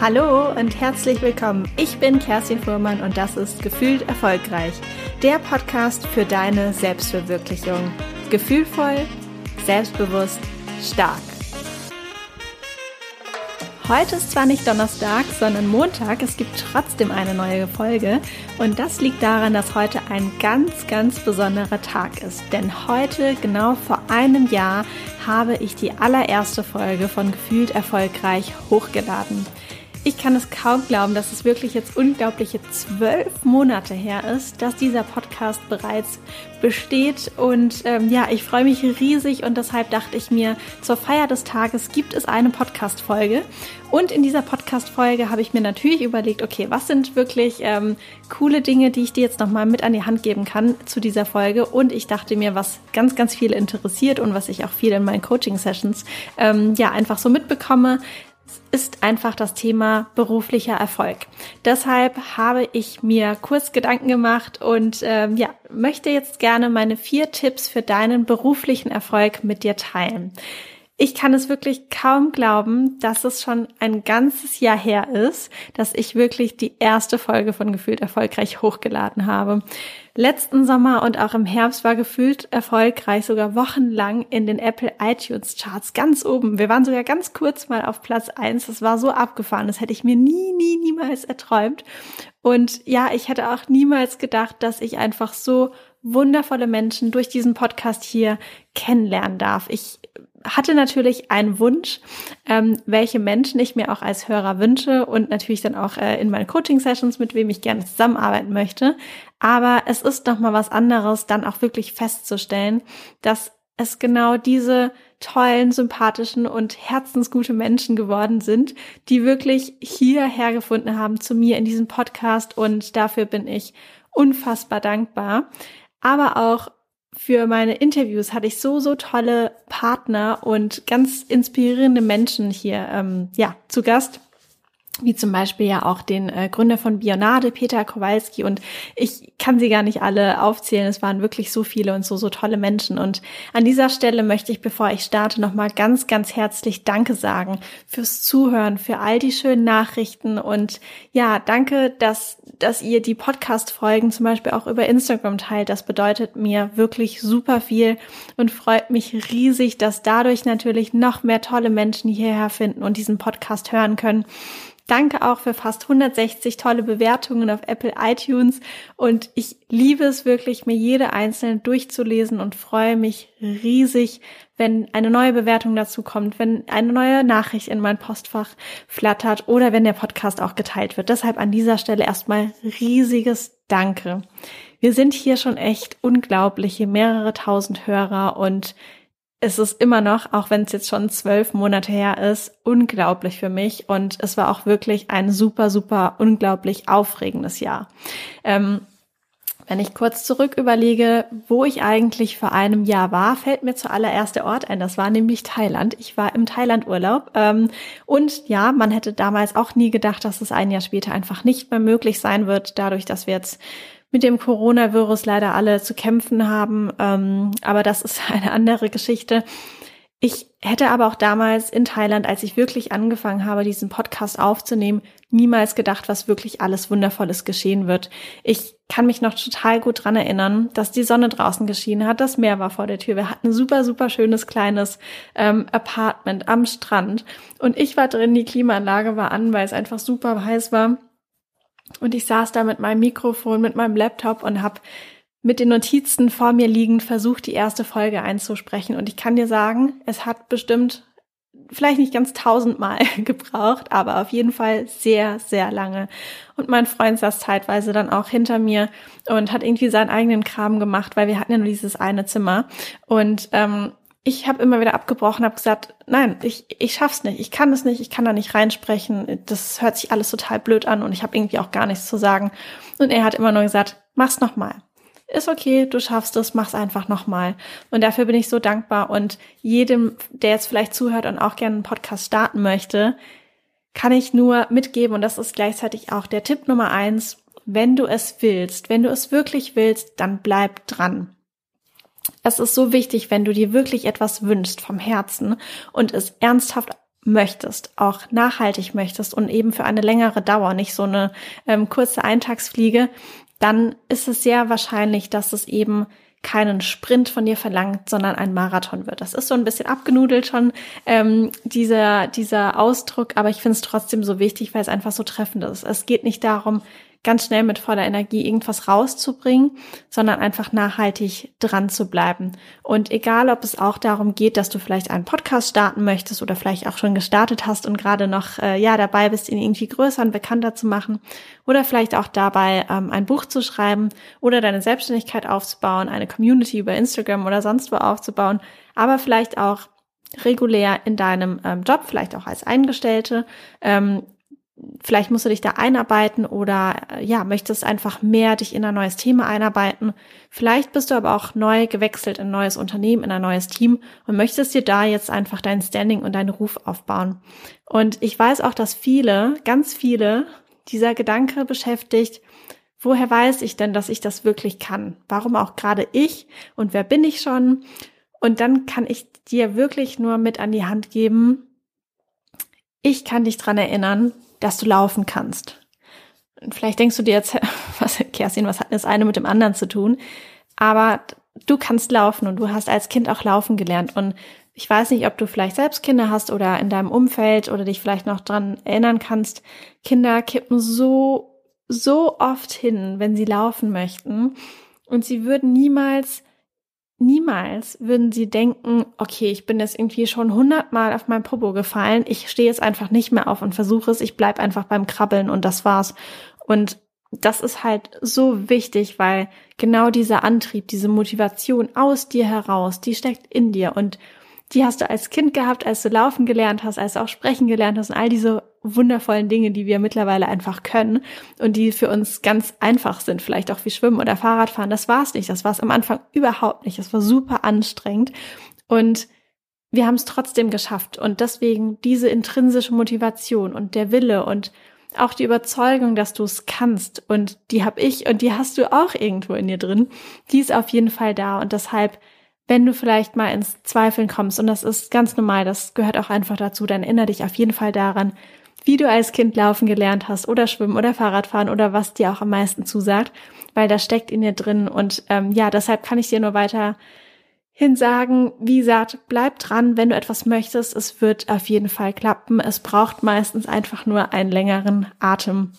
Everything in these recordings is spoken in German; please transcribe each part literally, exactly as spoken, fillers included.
Hallo und herzlich willkommen. Ich bin Kerstin Fuhrmann und das ist Gefühlt Erfolgreich, der Podcast für deine Selbstverwirklichung. Gefühlvoll, selbstbewusst, stark. Heute ist zwar nicht Donnerstag, sondern Montag. Es gibt trotzdem eine neue Folge und das liegt daran, dass heute ein ganz, ganz besonderer Tag ist. Denn heute, genau vor einem Jahr, habe ich die allererste Folge von Gefühlt Erfolgreich hochgeladen. Ich kann es kaum glauben, dass es wirklich jetzt unglaubliche zwölf Monate her ist, dass dieser Podcast bereits besteht und ähm, ja, ich freue mich riesig und deshalb dachte ich mir, zur Feier des Tages gibt es eine Podcast-Folge und in dieser Podcast-Folge habe ich mir natürlich überlegt, okay, was sind wirklich ähm, coole Dinge, die ich dir jetzt nochmal mit an die Hand geben kann zu dieser Folge und ich dachte mir, was ganz, ganz viele interessiert und was ich auch viel in meinen Coaching-Sessions ähm, ja einfach so mitbekomme, ist einfach das Thema beruflicher Erfolg. Deshalb habe ich mir kurz Gedanken gemacht und ähm, ja, möchte jetzt gerne meine vier Tipps für deinen beruflichen Erfolg mit dir teilen. Ich kann es wirklich kaum glauben, dass es schon ein ganzes Jahr her ist, dass ich wirklich die erste Folge von Gefühlt Erfolgreich hochgeladen habe. Letzten Sommer und auch im Herbst war Gefühlt Erfolgreich sogar wochenlang in den Apple iTunes Charts ganz oben. Wir waren sogar ganz kurz mal auf Platz eins. Das war so abgefahren. Das hätte ich mir nie, nie, niemals erträumt. Und ja, ich hätte auch niemals gedacht, dass ich einfach so wundervolle Menschen durch diesen Podcast hier kennenlernen darf. Ich hatte natürlich einen Wunsch, ähm, welche Menschen ich mir auch als Hörer wünsche und natürlich dann auch äh, in meinen Coaching-Sessions, mit wem ich gerne zusammenarbeiten möchte. Aber es ist noch mal was anderes, dann auch wirklich festzustellen, dass es genau diese tollen, sympathischen und herzensgute Menschen geworden sind, die wirklich hierher gefunden haben zu mir in diesem Podcast und dafür bin ich unfassbar dankbar. Aber auch für meine Interviews hatte ich so, so tolle Partner und ganz inspirierende Menschen hier ähm, ja zu Gast, wie zum Beispiel ja auch den äh, Gründer von Bionade, Peter Kowalski und ich kann sie gar nicht alle aufzählen, es waren wirklich so viele und so, so tolle Menschen und an dieser Stelle möchte ich, bevor ich starte, nochmal ganz, ganz herzlich Danke sagen fürs Zuhören, für all die schönen Nachrichten und ja, danke, dass, dass ihr die Podcast-Folgen zum Beispiel auch über Instagram teilt, das bedeutet mir wirklich super viel und freut mich riesig, dass dadurch natürlich noch mehr tolle Menschen hierher finden und diesen Podcast hören können. Danke auch für fast hundertsechzig tolle Bewertungen auf Apple iTunes und ich liebe es wirklich, mir jede einzelne durchzulesen und freue mich riesig, wenn eine neue Bewertung dazu kommt, wenn eine neue Nachricht in mein Postfach flattert oder wenn der Podcast auch geteilt wird. Deshalb an dieser Stelle erstmal riesiges Danke. Wir sind hier schon echt unglaubliche, mehrere tausend Hörer und es ist immer noch, auch wenn es jetzt schon zwölf Monate her ist, unglaublich für mich und es war auch wirklich ein super, super, unglaublich aufregendes Jahr. Ähm, wenn ich kurz zurück überlege, wo ich eigentlich vor einem Jahr war, fällt mir zuallererst der Ort ein, das war nämlich Thailand. Ich war im Thailand-Urlaub ähm, und ja, man hätte damals auch nie gedacht, dass es ein Jahr später einfach nicht mehr möglich sein wird, dadurch, dass wir jetzt mit dem Coronavirus leider alle zu kämpfen haben, ähm, aber das ist eine andere Geschichte. Ich hätte aber auch damals in Thailand, als ich wirklich angefangen habe, diesen Podcast aufzunehmen, niemals gedacht, was wirklich alles Wundervolles geschehen wird. Ich kann mich noch total gut dran erinnern, dass die Sonne draußen geschienen hat, das Meer war vor der Tür. Wir hatten ein super, super schönes kleines ähm, Apartment am Strand und ich war drin, die Klimaanlage war an, weil es einfach super heiß war. Und ich saß da mit meinem Mikrofon, mit meinem Laptop und habe mit den Notizen vor mir liegend versucht, die erste Folge einzusprechen. Und ich kann dir sagen, es hat bestimmt vielleicht nicht ganz tausendmal gebraucht, aber auf jeden Fall sehr, sehr lange. Und mein Freund saß zeitweise dann auch hinter mir und hat irgendwie seinen eigenen Kram gemacht, weil wir hatten ja nur dieses eine Zimmer. Und ähm, ich habe immer wieder abgebrochen, habe gesagt, nein, ich ich schaff's nicht, ich kann es nicht, ich kann da nicht reinsprechen, das hört sich alles total blöd an und ich habe irgendwie auch gar nichts zu sagen. Und er hat immer nur gesagt, mach's nochmal. Ist okay, du schaffst es, mach's einfach nochmal. Und dafür bin ich so dankbar und jedem, der jetzt vielleicht zuhört und auch gerne einen Podcast starten möchte, kann ich nur mitgeben und das ist gleichzeitig auch der Tipp Nummer eins, wenn du es willst, wenn du es wirklich willst, dann bleib dran. Es ist so wichtig, wenn du dir wirklich etwas wünschst vom Herzen und es ernsthaft möchtest, auch nachhaltig möchtest und eben für eine längere Dauer, nicht so eine ähm, kurze Eintagsfliege, dann ist es sehr wahrscheinlich, dass es eben keinen Sprint von dir verlangt, sondern ein Marathon wird. Das ist so ein bisschen abgenudelt schon, ähm, dieser, dieser Ausdruck, aber ich finde es trotzdem so wichtig, weil es einfach so treffend ist. Es geht nicht darum, ganz schnell mit voller Energie irgendwas rauszubringen, sondern einfach nachhaltig dran zu bleiben. Und egal, ob es auch darum geht, dass du vielleicht einen Podcast starten möchtest oder vielleicht auch schon gestartet hast und gerade noch äh, ja dabei bist, ihn irgendwie größer und bekannter zu machen oder vielleicht auch dabei, ähm, ein Buch zu schreiben oder deine Selbstständigkeit aufzubauen, eine Community über Instagram oder sonst wo aufzubauen, aber vielleicht auch regulär in deinem ähm, Job, vielleicht auch als Eingestellte, ähm, vielleicht musst du dich da einarbeiten oder ja, möchtest einfach mehr dich in ein neues Thema einarbeiten. Vielleicht bist du aber auch neu gewechselt in ein neues Unternehmen, in ein neues Team und möchtest dir da jetzt einfach dein Standing und deinen Ruf aufbauen. Und ich weiß auch, dass viele, ganz viele, dieser Gedanke beschäftigt, woher weiß ich denn, dass ich das wirklich kann? Warum auch gerade ich und wer bin ich schon? Und dann kann ich dir wirklich nur mit an die Hand geben, ich kann dich dran erinnern, dass du laufen kannst. Und vielleicht denkst du dir jetzt, was, Kerstin, was hat das eine mit dem anderen zu tun? Aber du kannst laufen und du hast als Kind auch laufen gelernt. Und ich weiß nicht, ob du vielleicht selbst Kinder hast oder in deinem Umfeld oder dich vielleicht noch dran erinnern kannst. Kinder kippen so, so oft hin, wenn sie laufen möchten. Und sie würden niemals Niemals würden sie denken, okay, ich bin jetzt irgendwie schon hundertmal auf meinem Popo gefallen, ich stehe jetzt einfach nicht mehr auf und versuche es, ich bleib einfach beim Krabbeln und das war's. Und das ist halt so wichtig, weil genau dieser Antrieb, diese Motivation aus dir heraus, die steckt in dir und die hast du als Kind gehabt, als du laufen gelernt hast, als du auch sprechen gelernt hast und all diese wundervollen Dinge, die wir mittlerweile einfach können und die für uns ganz einfach sind, vielleicht auch wie Schwimmen oder Fahrradfahren. Das war es nicht, das war es am Anfang überhaupt nicht. Das war super anstrengend und wir haben es trotzdem geschafft und deswegen diese intrinsische Motivation und der Wille und auch die Überzeugung, dass du es kannst und die habe ich und die hast du auch irgendwo in dir drin, die ist auf jeden Fall da und deshalb, wenn du vielleicht mal ins Zweifeln kommst, und das ist ganz normal, das gehört auch einfach dazu, dann erinnere dich auf jeden Fall daran, wie du als Kind laufen gelernt hast oder schwimmen oder Fahrradfahren oder was dir auch am meisten zusagt, weil das steckt in dir drin und ähm, ja, deshalb kann ich dir nur weiterhin sagen, wie gesagt, bleib dran, wenn du etwas möchtest, es wird auf jeden Fall klappen, es braucht meistens einfach nur einen längeren Atem.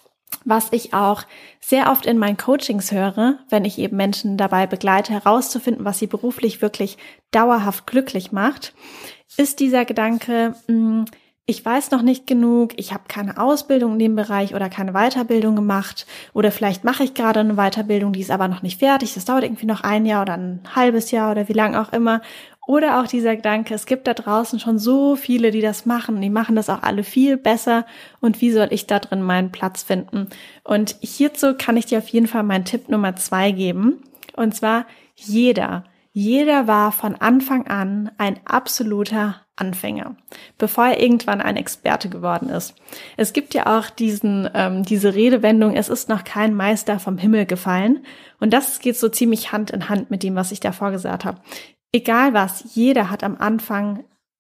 Was ich auch sehr oft in meinen Coachings höre, wenn ich eben Menschen dabei begleite, herauszufinden, was sie beruflich wirklich dauerhaft glücklich macht, ist dieser Gedanke, ich weiß noch nicht genug, ich habe keine Ausbildung in dem Bereich oder keine Weiterbildung gemacht oder vielleicht mache ich gerade eine Weiterbildung, die ist aber noch nicht fertig, das dauert irgendwie noch ein Jahr oder ein halbes Jahr oder wie lang auch immer. Oder auch dieser Gedanke, es gibt da draußen schon so viele, die das machen. Die machen das auch alle viel besser. Und wie soll ich da drin meinen Platz finden? Und hierzu kann ich dir auf jeden Fall meinen Tipp Nummer zwei geben. Und zwar jeder. Jeder war von Anfang an ein absoluter Anfänger, bevor er irgendwann ein Experte geworden ist. Es gibt ja auch diesen ähm, diese Redewendung, es ist noch kein Meister vom Himmel gefallen. Und das geht so ziemlich Hand in Hand mit dem, was ich davor gesagt habe. Egal was, jeder hat am Anfang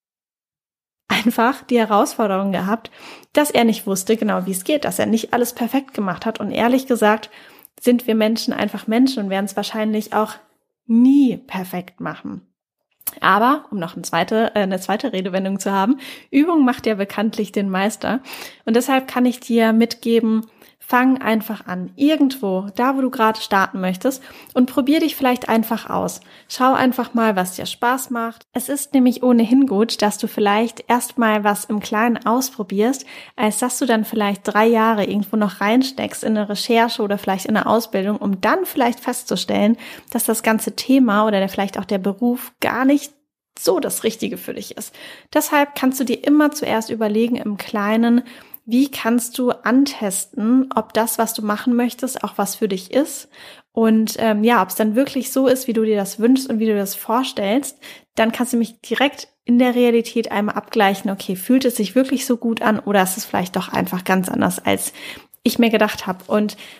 einfach die Herausforderung gehabt, dass er nicht wusste genau, wie es geht, dass er nicht alles perfekt gemacht hat. Und ehrlich gesagt sind wir Menschen einfach Menschen und werden es wahrscheinlich auch nie perfekt machen. Aber, um noch eine zweite, äh, eine zweite Redewendung zu haben, Übung macht ja bekanntlich den Meister. Und deshalb kann ich dir mitgeben, fang einfach an, irgendwo, da wo du gerade starten möchtest und probier dich vielleicht einfach aus. Schau einfach mal, was dir Spaß macht. Es ist nämlich ohnehin gut, dass du vielleicht erstmal was im Kleinen ausprobierst, als dass du dann vielleicht drei Jahre irgendwo noch reinsteckst in eine Recherche oder vielleicht in eine Ausbildung, um dann vielleicht festzustellen, dass das ganze Thema oder der, vielleicht auch der Beruf gar nicht so das Richtige für dich ist. Deshalb kannst du dir immer zuerst überlegen im Kleinen, wie kannst du antesten, ob das, was du machen möchtest, auch was für dich ist und ähm, ja, ob es dann wirklich so ist, wie du dir das wünschst und wie du dir das vorstellst, dann kannst du mich direkt in der Realität einmal abgleichen, okay, fühlt es sich wirklich so gut an oder ist es vielleicht doch einfach ganz anders, als ich mir gedacht habe. Und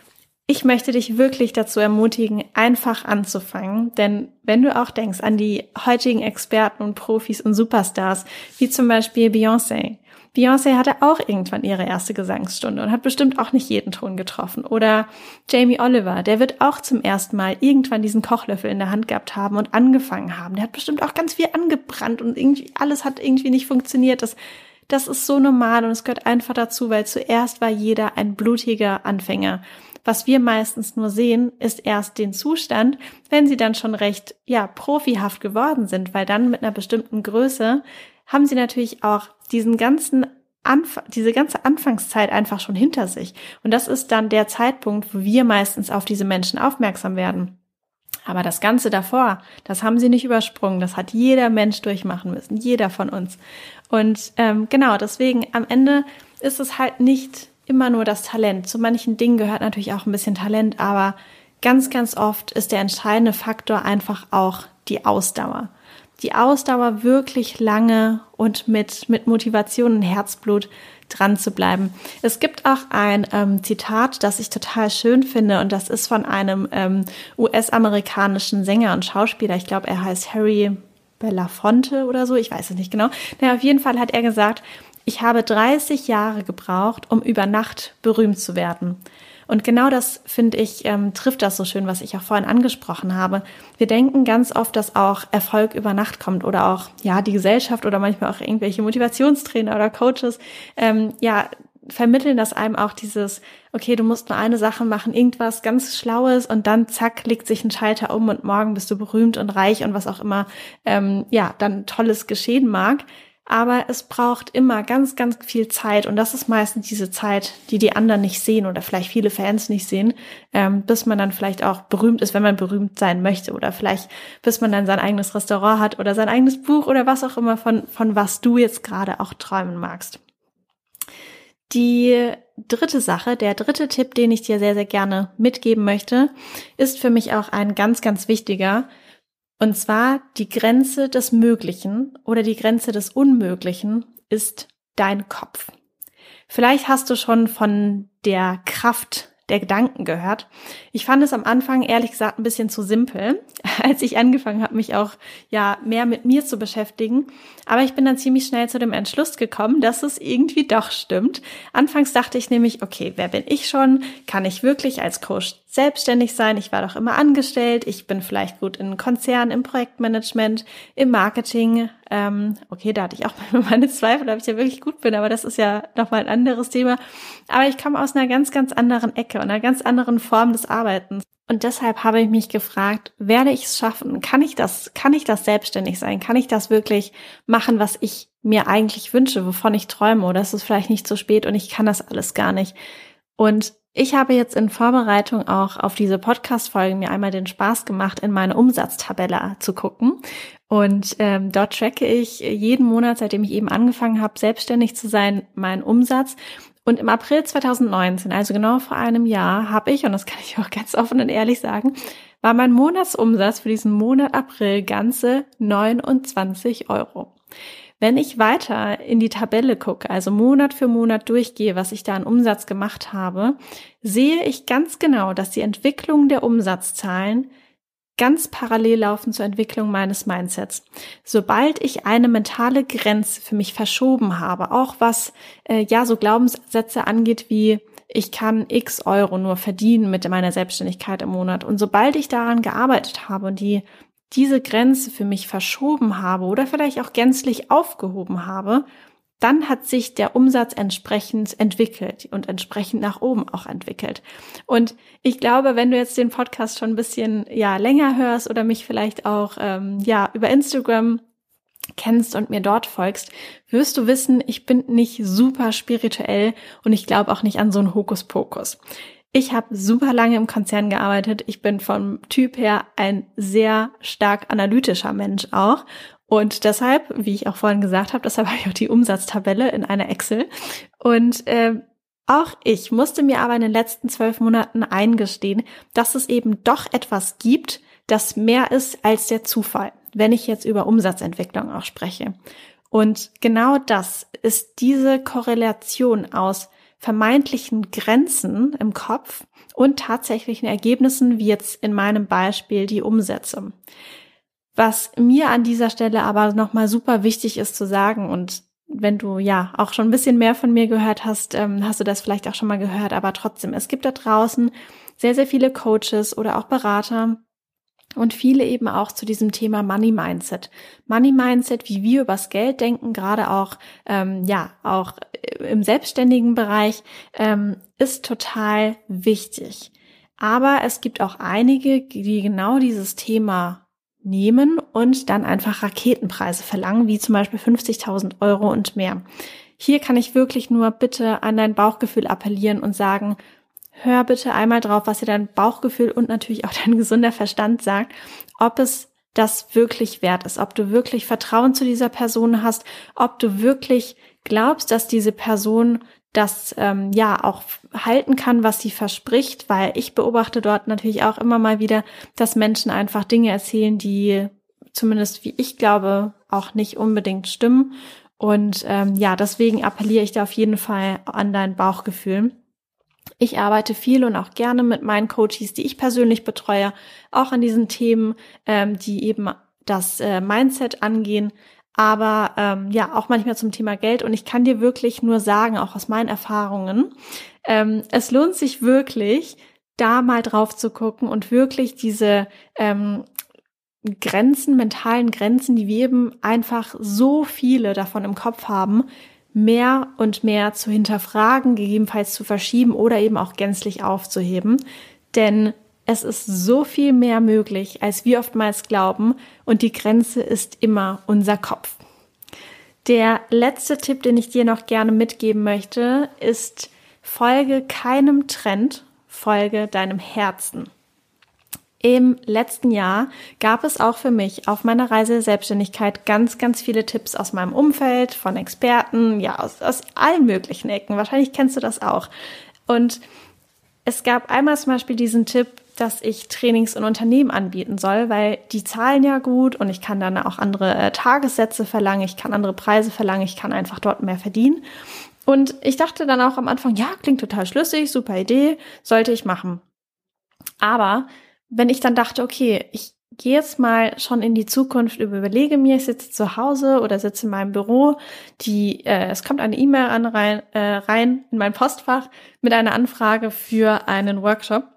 Ich möchte dich wirklich dazu ermutigen, einfach anzufangen, denn wenn du auch denkst an die heutigen Experten und Profis und Superstars, wie zum Beispiel Beyoncé. Beyoncé hatte auch irgendwann ihre erste Gesangsstunde und hat bestimmt auch nicht jeden Ton getroffen. Oder Jamie Oliver, der wird auch zum ersten Mal irgendwann diesen Kochlöffel in der Hand gehabt haben und angefangen haben. Der hat bestimmt auch ganz viel angebrannt und irgendwie alles hat irgendwie nicht funktioniert. Das, das ist so normal und es gehört einfach dazu, weil zuerst war jeder ein blutiger Anfänger. Was wir meistens nur sehen, ist erst den Zustand, wenn sie dann schon recht, ja, profihaft geworden sind, weil dann mit einer bestimmten Größe haben sie natürlich auch diesen ganzen Anf- diese ganze Anfangszeit einfach schon hinter sich. Und das ist dann der Zeitpunkt, wo wir meistens auf diese Menschen aufmerksam werden. Aber das Ganze davor, das haben sie nicht übersprungen. Das hat jeder Mensch durchmachen müssen, jeder von uns. Und ähm, genau, deswegen am Ende ist es halt nicht immer nur das Talent. Zu manchen Dingen gehört natürlich auch ein bisschen Talent, aber ganz, ganz oft ist der entscheidende Faktor einfach auch die Ausdauer. Die Ausdauer, wirklich lange und mit mit Motivation und Herzblut dran zu bleiben. Es gibt auch ein ähm, Zitat, das ich total schön finde, und das ist von einem ähm, U S-amerikanischen Sänger und Schauspieler. Ich glaube, er heißt Harry Belafonte oder so, ich weiß es nicht genau. Naja, auf jeden Fall hat er gesagt, ich habe dreißig Jahre gebraucht, um über Nacht berühmt zu werden. Und genau das, finde ich, ähm, trifft das so schön, was ich auch vorhin angesprochen habe. Wir denken ganz oft, dass auch Erfolg über Nacht kommt oder auch, ja, die Gesellschaft oder manchmal auch irgendwelche Motivationstrainer oder Coaches, ähm, ja, vermitteln das einem auch dieses, okay, du musst nur eine Sache machen, irgendwas ganz Schlaues und dann zack, legt sich ein Schalter um und morgen bist du berühmt und reich und was auch immer, ähm, ja, dann Tolles geschehen mag. Aber es braucht immer ganz, ganz viel Zeit und das ist meistens diese Zeit, die die anderen nicht sehen oder vielleicht viele Fans nicht sehen, ähm, bis man dann vielleicht auch berühmt ist, wenn man berühmt sein möchte oder vielleicht bis man dann sein eigenes Restaurant hat oder sein eigenes Buch oder was auch immer, von, von was du jetzt gerade auch träumen magst. Die dritte Sache, der dritte Tipp, den ich dir sehr, sehr gerne mitgeben möchte, ist für mich auch ein ganz, ganz wichtiger. Und zwar die Grenze des Möglichen oder die Grenze des Unmöglichen ist dein Kopf. Vielleicht hast du schon von der Kraft der Gedanken gehört. Ich fand es am Anfang ehrlich gesagt ein bisschen zu simpel, als ich angefangen habe, mich auch ja mehr mit mir zu beschäftigen. Aber ich bin dann ziemlich schnell zu dem Entschluss gekommen, dass es irgendwie doch stimmt. Anfangs dachte ich nämlich, okay, wer bin ich schon? Kann ich wirklich als Coach selbstständig sein? Ich war doch immer angestellt. Ich bin vielleicht gut in Konzernen, im Projektmanagement, im Marketing. Ähm, okay, da hatte ich auch meine Zweifel, ob ich ja wirklich gut bin, aber das ist ja nochmal ein anderes Thema. Aber ich komme aus einer ganz, ganz anderen Ecke und einer ganz anderen Form des Arbeitens. Und deshalb habe ich mich gefragt, werde ich es schaffen? Kann ich das, kann ich das selbstständig sein? Kann ich das wirklich machen, was ich mir eigentlich wünsche, wovon ich träume? Oder ist es vielleicht nicht zu spät und ich kann das alles gar nicht? Und ich habe jetzt in Vorbereitung auch auf diese Podcast-Folge mir einmal den Spaß gemacht, in meine Umsatztabelle zu gucken. Und ähm, dort tracke ich jeden Monat, seitdem ich eben angefangen habe, selbstständig zu sein, meinen Umsatz. Und im April zwanzig neunzehn, also genau vor einem Jahr, habe ich, und das kann ich auch ganz offen und ehrlich sagen, war mein Monatsumsatz für diesen Monat April ganze neunundzwanzig Euro. Wenn ich weiter in die Tabelle gucke, also Monat für Monat durchgehe, was ich da an Umsatz gemacht habe, sehe ich ganz genau, dass die Entwicklung der Umsatzzahlen ganz parallel laufen zur Entwicklung meines Mindsets. Sobald ich eine mentale Grenze für mich verschoben habe, auch was äh, ja so Glaubenssätze angeht wie ich kann x Euro nur verdienen mit meiner Selbstständigkeit im Monat, und sobald ich daran gearbeitet habe und die diese Grenze für mich verschoben habe oder vielleicht auch gänzlich aufgehoben habe, dann hat sich der Umsatz entsprechend entwickelt und entsprechend nach oben auch entwickelt. Und ich glaube, wenn du jetzt den Podcast schon ein bisschen ja länger hörst oder mich vielleicht auch ähm, ja über Instagram kennst und mir dort folgst, wirst du wissen, ich bin nicht super spirituell und ich glaube auch nicht an so einen Hokuspokus. Ich habe super lange im Konzern gearbeitet. Ich bin vom Typ her ein sehr stark analytischer Mensch auch. Und deshalb, wie ich auch vorhin gesagt habe, deshalb habe ich auch die Umsatztabelle in einer Excel. Und äh, auch ich musste mir aber in den letzten zwölf Monaten eingestehen, dass es eben doch etwas gibt, das mehr ist als der Zufall, wenn ich jetzt über Umsatzentwicklung auch spreche. Und genau das ist diese Korrelation aus vermeintlichen Grenzen im Kopf und tatsächlichen Ergebnissen, wie jetzt in meinem Beispiel die Umsätze. Was mir an dieser Stelle aber nochmal super wichtig ist zu sagen, und wenn du ja auch schon ein bisschen mehr von mir gehört hast, ähm, hast du das vielleicht auch schon mal gehört, aber trotzdem, es gibt da draußen sehr, sehr viele Coaches oder auch Berater und viele eben auch zu diesem Thema Money Mindset. Money Mindset, wie wir übers Geld denken, gerade auch, ähm, ja, auch im selbstständigen Bereich, ähm, ist total wichtig. Aber es gibt auch einige, die genau dieses Thema nehmen und dann einfach Raketenpreise verlangen, wie zum Beispiel fünfzigtausend Euro und mehr. Hier kann ich wirklich nur bitte an dein Bauchgefühl appellieren und sagen, hör bitte einmal drauf, was dir dein Bauchgefühl und natürlich auch dein gesunder Verstand sagt, ob es das wirklich wert ist, ob du wirklich Vertrauen zu dieser Person hast, ob du wirklich glaubst, dass diese Person das ähm, ja auch halten kann, was sie verspricht, weil ich beobachte dort natürlich auch immer mal wieder, dass Menschen einfach Dinge erzählen, die zumindest, wie ich glaube, auch nicht unbedingt stimmen. Und ähm, ja, deswegen appelliere ich da auf jeden Fall an dein Bauchgefühl. Ich arbeite viel und auch gerne mit meinen Coaches, die ich persönlich betreue, auch an diesen Themen, ähm, die eben das äh, Mindset angehen, aber ähm, ja, auch manchmal zum Thema Geld. Und ich kann dir wirklich nur sagen, auch aus meinen Erfahrungen, ähm, es lohnt sich wirklich, da mal drauf zu gucken und wirklich diese ähm, Grenzen, mentalen Grenzen, die wir eben einfach so viele davon im Kopf haben, mehr und mehr zu hinterfragen, gegebenenfalls zu verschieben oder eben auch gänzlich aufzuheben. Denn es ist so viel mehr möglich, als wir oftmals glauben, und die Grenze ist immer unser Kopf. Der letzte Tipp, den ich dir noch gerne mitgeben möchte, ist: Folge keinem Trend, folge deinem Herzen. Im letzten Jahr gab es auch für mich auf meiner Reise der Selbstständigkeit ganz, ganz viele Tipps aus meinem Umfeld, von Experten, ja, aus, aus allen möglichen Ecken. Wahrscheinlich kennst du das auch. Und es gab einmal zum Beispiel diesen Tipp, dass ich Trainings in Unternehmen anbieten soll, weil die zahlen ja gut und ich kann dann auch andere äh, Tagessätze verlangen, ich kann andere Preise verlangen, ich kann einfach dort mehr verdienen. Und ich dachte dann auch am Anfang, ja, klingt total schlüssig, super Idee, sollte ich machen. Aber wenn ich dann dachte, okay, ich gehe jetzt mal schon in die Zukunft, überlege mir, ich sitze zu Hause oder sitze in meinem Büro, die, äh, es kommt eine E-Mail an rein, äh, rein in mein Postfach mit einer Anfrage für einen Workshop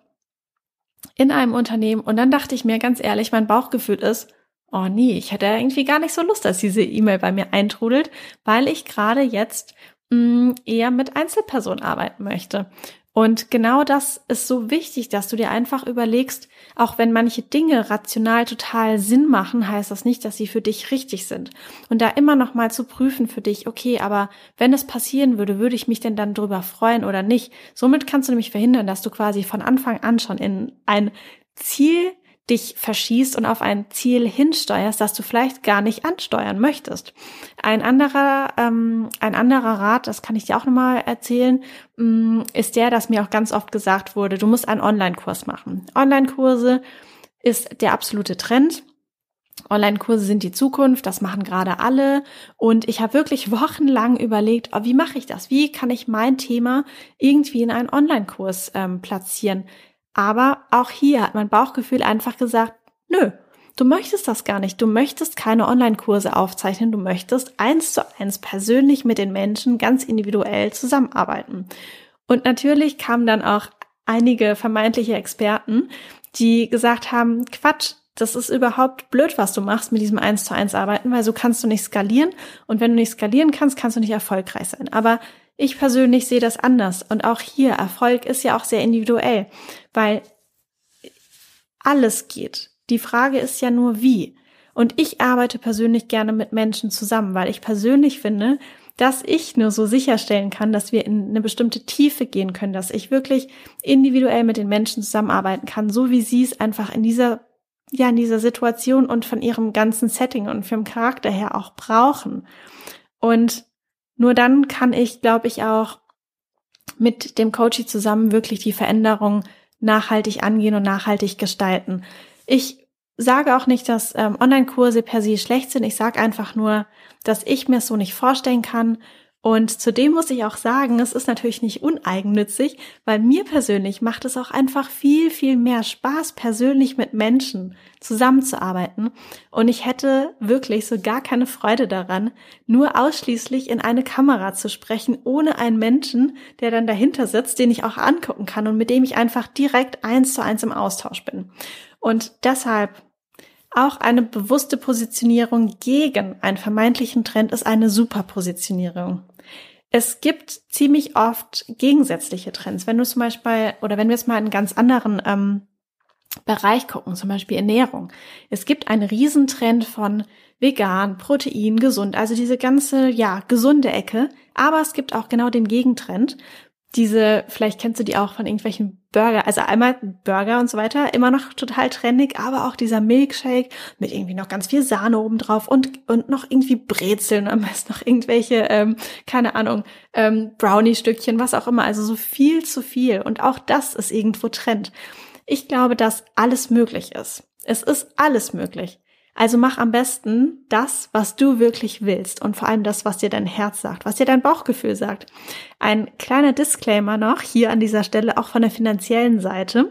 in einem Unternehmen, und dann dachte ich mir ganz ehrlich, mein Bauchgefühl ist, oh nee, ich hätte irgendwie gar nicht so Lust, dass diese E-Mail bei mir eintrudelt, weil ich gerade jetzt mh, eher mit Einzelpersonen arbeiten möchte. Und genau das ist so wichtig, dass du dir einfach überlegst, auch wenn manche Dinge rational total Sinn machen, heißt das nicht, dass sie für dich richtig sind. Und da immer noch mal zu prüfen für dich, okay, aber wenn es passieren würde, würde ich mich denn dann drüber freuen oder nicht? Somit kannst du nämlich verhindern, dass du quasi von Anfang an schon in ein Ziel dich verschießt und auf ein Ziel hinsteuerst, das du vielleicht gar nicht ansteuern möchtest. Ein anderer, ähm, ein anderer Rat, das kann ich dir auch nochmal erzählen, ähm, ist der, dass mir auch ganz oft gesagt wurde, du musst einen Online-Kurs machen. Online-Kurse ist der absolute Trend. Online-Kurse sind die Zukunft, das machen gerade alle. Und ich habe wirklich wochenlang überlegt, oh, wie mache ich das? Wie kann ich mein Thema irgendwie in einen Online-Kurs ähm, platzieren? Aber auch hier hat mein Bauchgefühl einfach gesagt, nö, du möchtest das gar nicht. Du möchtest keine Online-Kurse aufzeichnen. Du möchtest eins zu eins persönlich mit den Menschen ganz individuell zusammenarbeiten. Und natürlich kamen dann auch einige vermeintliche Experten, die gesagt haben, Quatsch, das ist überhaupt blöd, was du machst mit diesem eins zu eins Arbeiten, weil so kannst du nicht skalieren. Und wenn du nicht skalieren kannst, kannst du nicht erfolgreich sein. Aber ich persönlich sehe das anders. Und auch hier, Erfolg ist ja auch sehr individuell, weil alles geht. Die Frage ist ja nur, wie. Und ich arbeite persönlich gerne mit Menschen zusammen, weil ich persönlich finde, dass ich nur so sicherstellen kann, dass wir in eine bestimmte Tiefe gehen können, dass ich wirklich individuell mit den Menschen zusammenarbeiten kann, so wie sie es einfach in dieser, ja, in dieser Situation und von ihrem ganzen Setting und vom Charakter her auch brauchen. Und nur dann kann ich, glaube ich, auch mit dem Coaching zusammen wirklich die Veränderung nachhaltig angehen und nachhaltig gestalten. Ich sage auch nicht, dass ähm, Online-Kurse per se schlecht sind. Ich sage einfach nur, dass ich mir es so nicht vorstellen kann Und zudem muss ich auch sagen, es ist natürlich nicht uneigennützig, weil mir persönlich macht es auch einfach viel, viel mehr Spaß, persönlich mit Menschen zusammenzuarbeiten. Und ich hätte wirklich so gar keine Freude daran, nur ausschließlich in eine Kamera zu sprechen, ohne einen Menschen, der dann dahinter sitzt, den ich auch angucken kann und mit dem ich einfach direkt eins zu eins im Austausch bin. Und deshalb auch eine bewusste Positionierung gegen einen vermeintlichen Trend ist eine super Positionierung. Es gibt ziemlich oft gegensätzliche Trends. Wenn du zum Beispiel, oder wenn wir jetzt mal in einen ganz anderen ähm, Bereich gucken, zum Beispiel Ernährung. Es gibt einen Riesentrend von vegan, Protein, gesund, also diese ganze, ja, gesunde Ecke. Aber es gibt auch genau den Gegentrend. Diese, vielleicht kennst du die auch von irgendwelchen Burger, also einmal Burger und so weiter, immer noch total trendig, aber auch dieser Milkshake mit irgendwie noch ganz viel Sahne oben drauf und und noch irgendwie Brezeln, am besten noch irgendwelche, ähm, keine Ahnung, ähm, Brownie-Stückchen, was auch immer, also so viel zu viel. Und auch das ist irgendwo Trend. Ich glaube, dass alles möglich ist. Es ist alles möglich. Also mach am besten das, was du wirklich willst und vor allem das, was dir dein Herz sagt, was dir dein Bauchgefühl sagt. Ein kleiner Disclaimer noch hier an dieser Stelle, auch von der finanziellen Seite,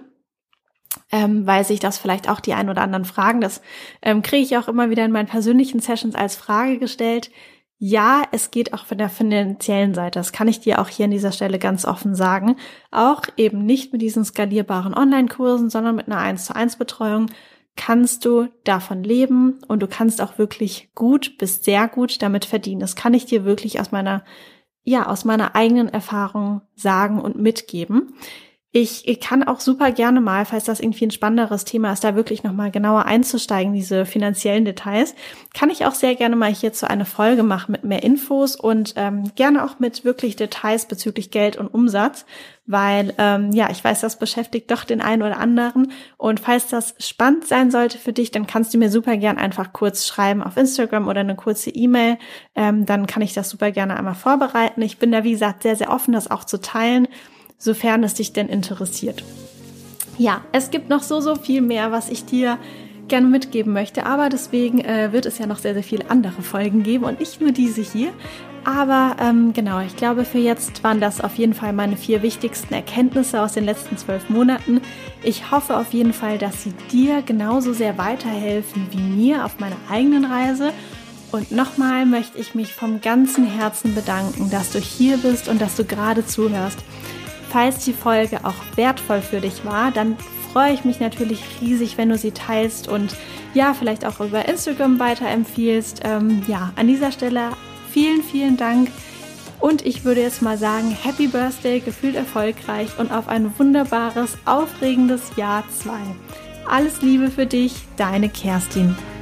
ähm, weil sich das vielleicht auch die ein oder anderen fragen. Das ähm, kriege ich auch immer wieder in meinen persönlichen Sessions als Frage gestellt. Ja, es geht auch von der finanziellen Seite. Das kann ich dir auch hier an dieser Stelle ganz offen sagen. Auch eben nicht mit diesen skalierbaren Online-Kursen, sondern mit einer eins zu eins Betreuung kannst du davon leben und du kannst auch wirklich gut bis sehr gut damit verdienen. Das kann ich dir wirklich aus meiner, ja, aus meiner eigenen Erfahrung sagen und mitgeben. Ich, ich kann auch super gerne mal, falls das irgendwie ein spannenderes Thema ist, da wirklich nochmal genauer einzusteigen, diese finanziellen Details, kann ich auch sehr gerne mal hierzu eine Folge machen mit mehr Infos und ähm, gerne auch mit wirklich Details bezüglich Geld und Umsatz, weil, ähm, ja, ich weiß, das beschäftigt doch den einen oder anderen und falls das spannend sein sollte für dich, dann kannst du mir super gern einfach kurz schreiben auf Instagram oder eine kurze E-Mail, ähm, dann kann ich das super gerne einmal vorbereiten. Ich bin da, wie gesagt, sehr, sehr offen, das auch zu teilen, sofern es dich denn interessiert. Ja, es gibt noch so, so viel mehr, was ich dir gerne mitgeben möchte, aber deswegen äh, wird es ja noch sehr, sehr viele andere Folgen geben und nicht nur diese hier. Aber ähm, genau, ich glaube, für jetzt waren das auf jeden Fall meine vier wichtigsten Erkenntnisse aus den letzten zwölf Monaten. Ich hoffe auf jeden Fall, dass sie dir genauso sehr weiterhelfen wie mir auf meiner eigenen Reise. Und nochmal möchte ich mich vom ganzen Herzen bedanken, dass du hier bist und dass du gerade zuhörst. Falls die Folge auch wertvoll für dich war, dann freue ich mich natürlich riesig, wenn du sie teilst und ja, vielleicht auch über Instagram weiterempfiehlst. Ähm, ja, an dieser Stelle vielen, vielen Dank und ich würde jetzt mal sagen, Happy Birthday, gefühlt erfolgreich und auf ein wunderbares, aufregendes Jahr zwei. Alles Liebe für dich, deine Kerstin.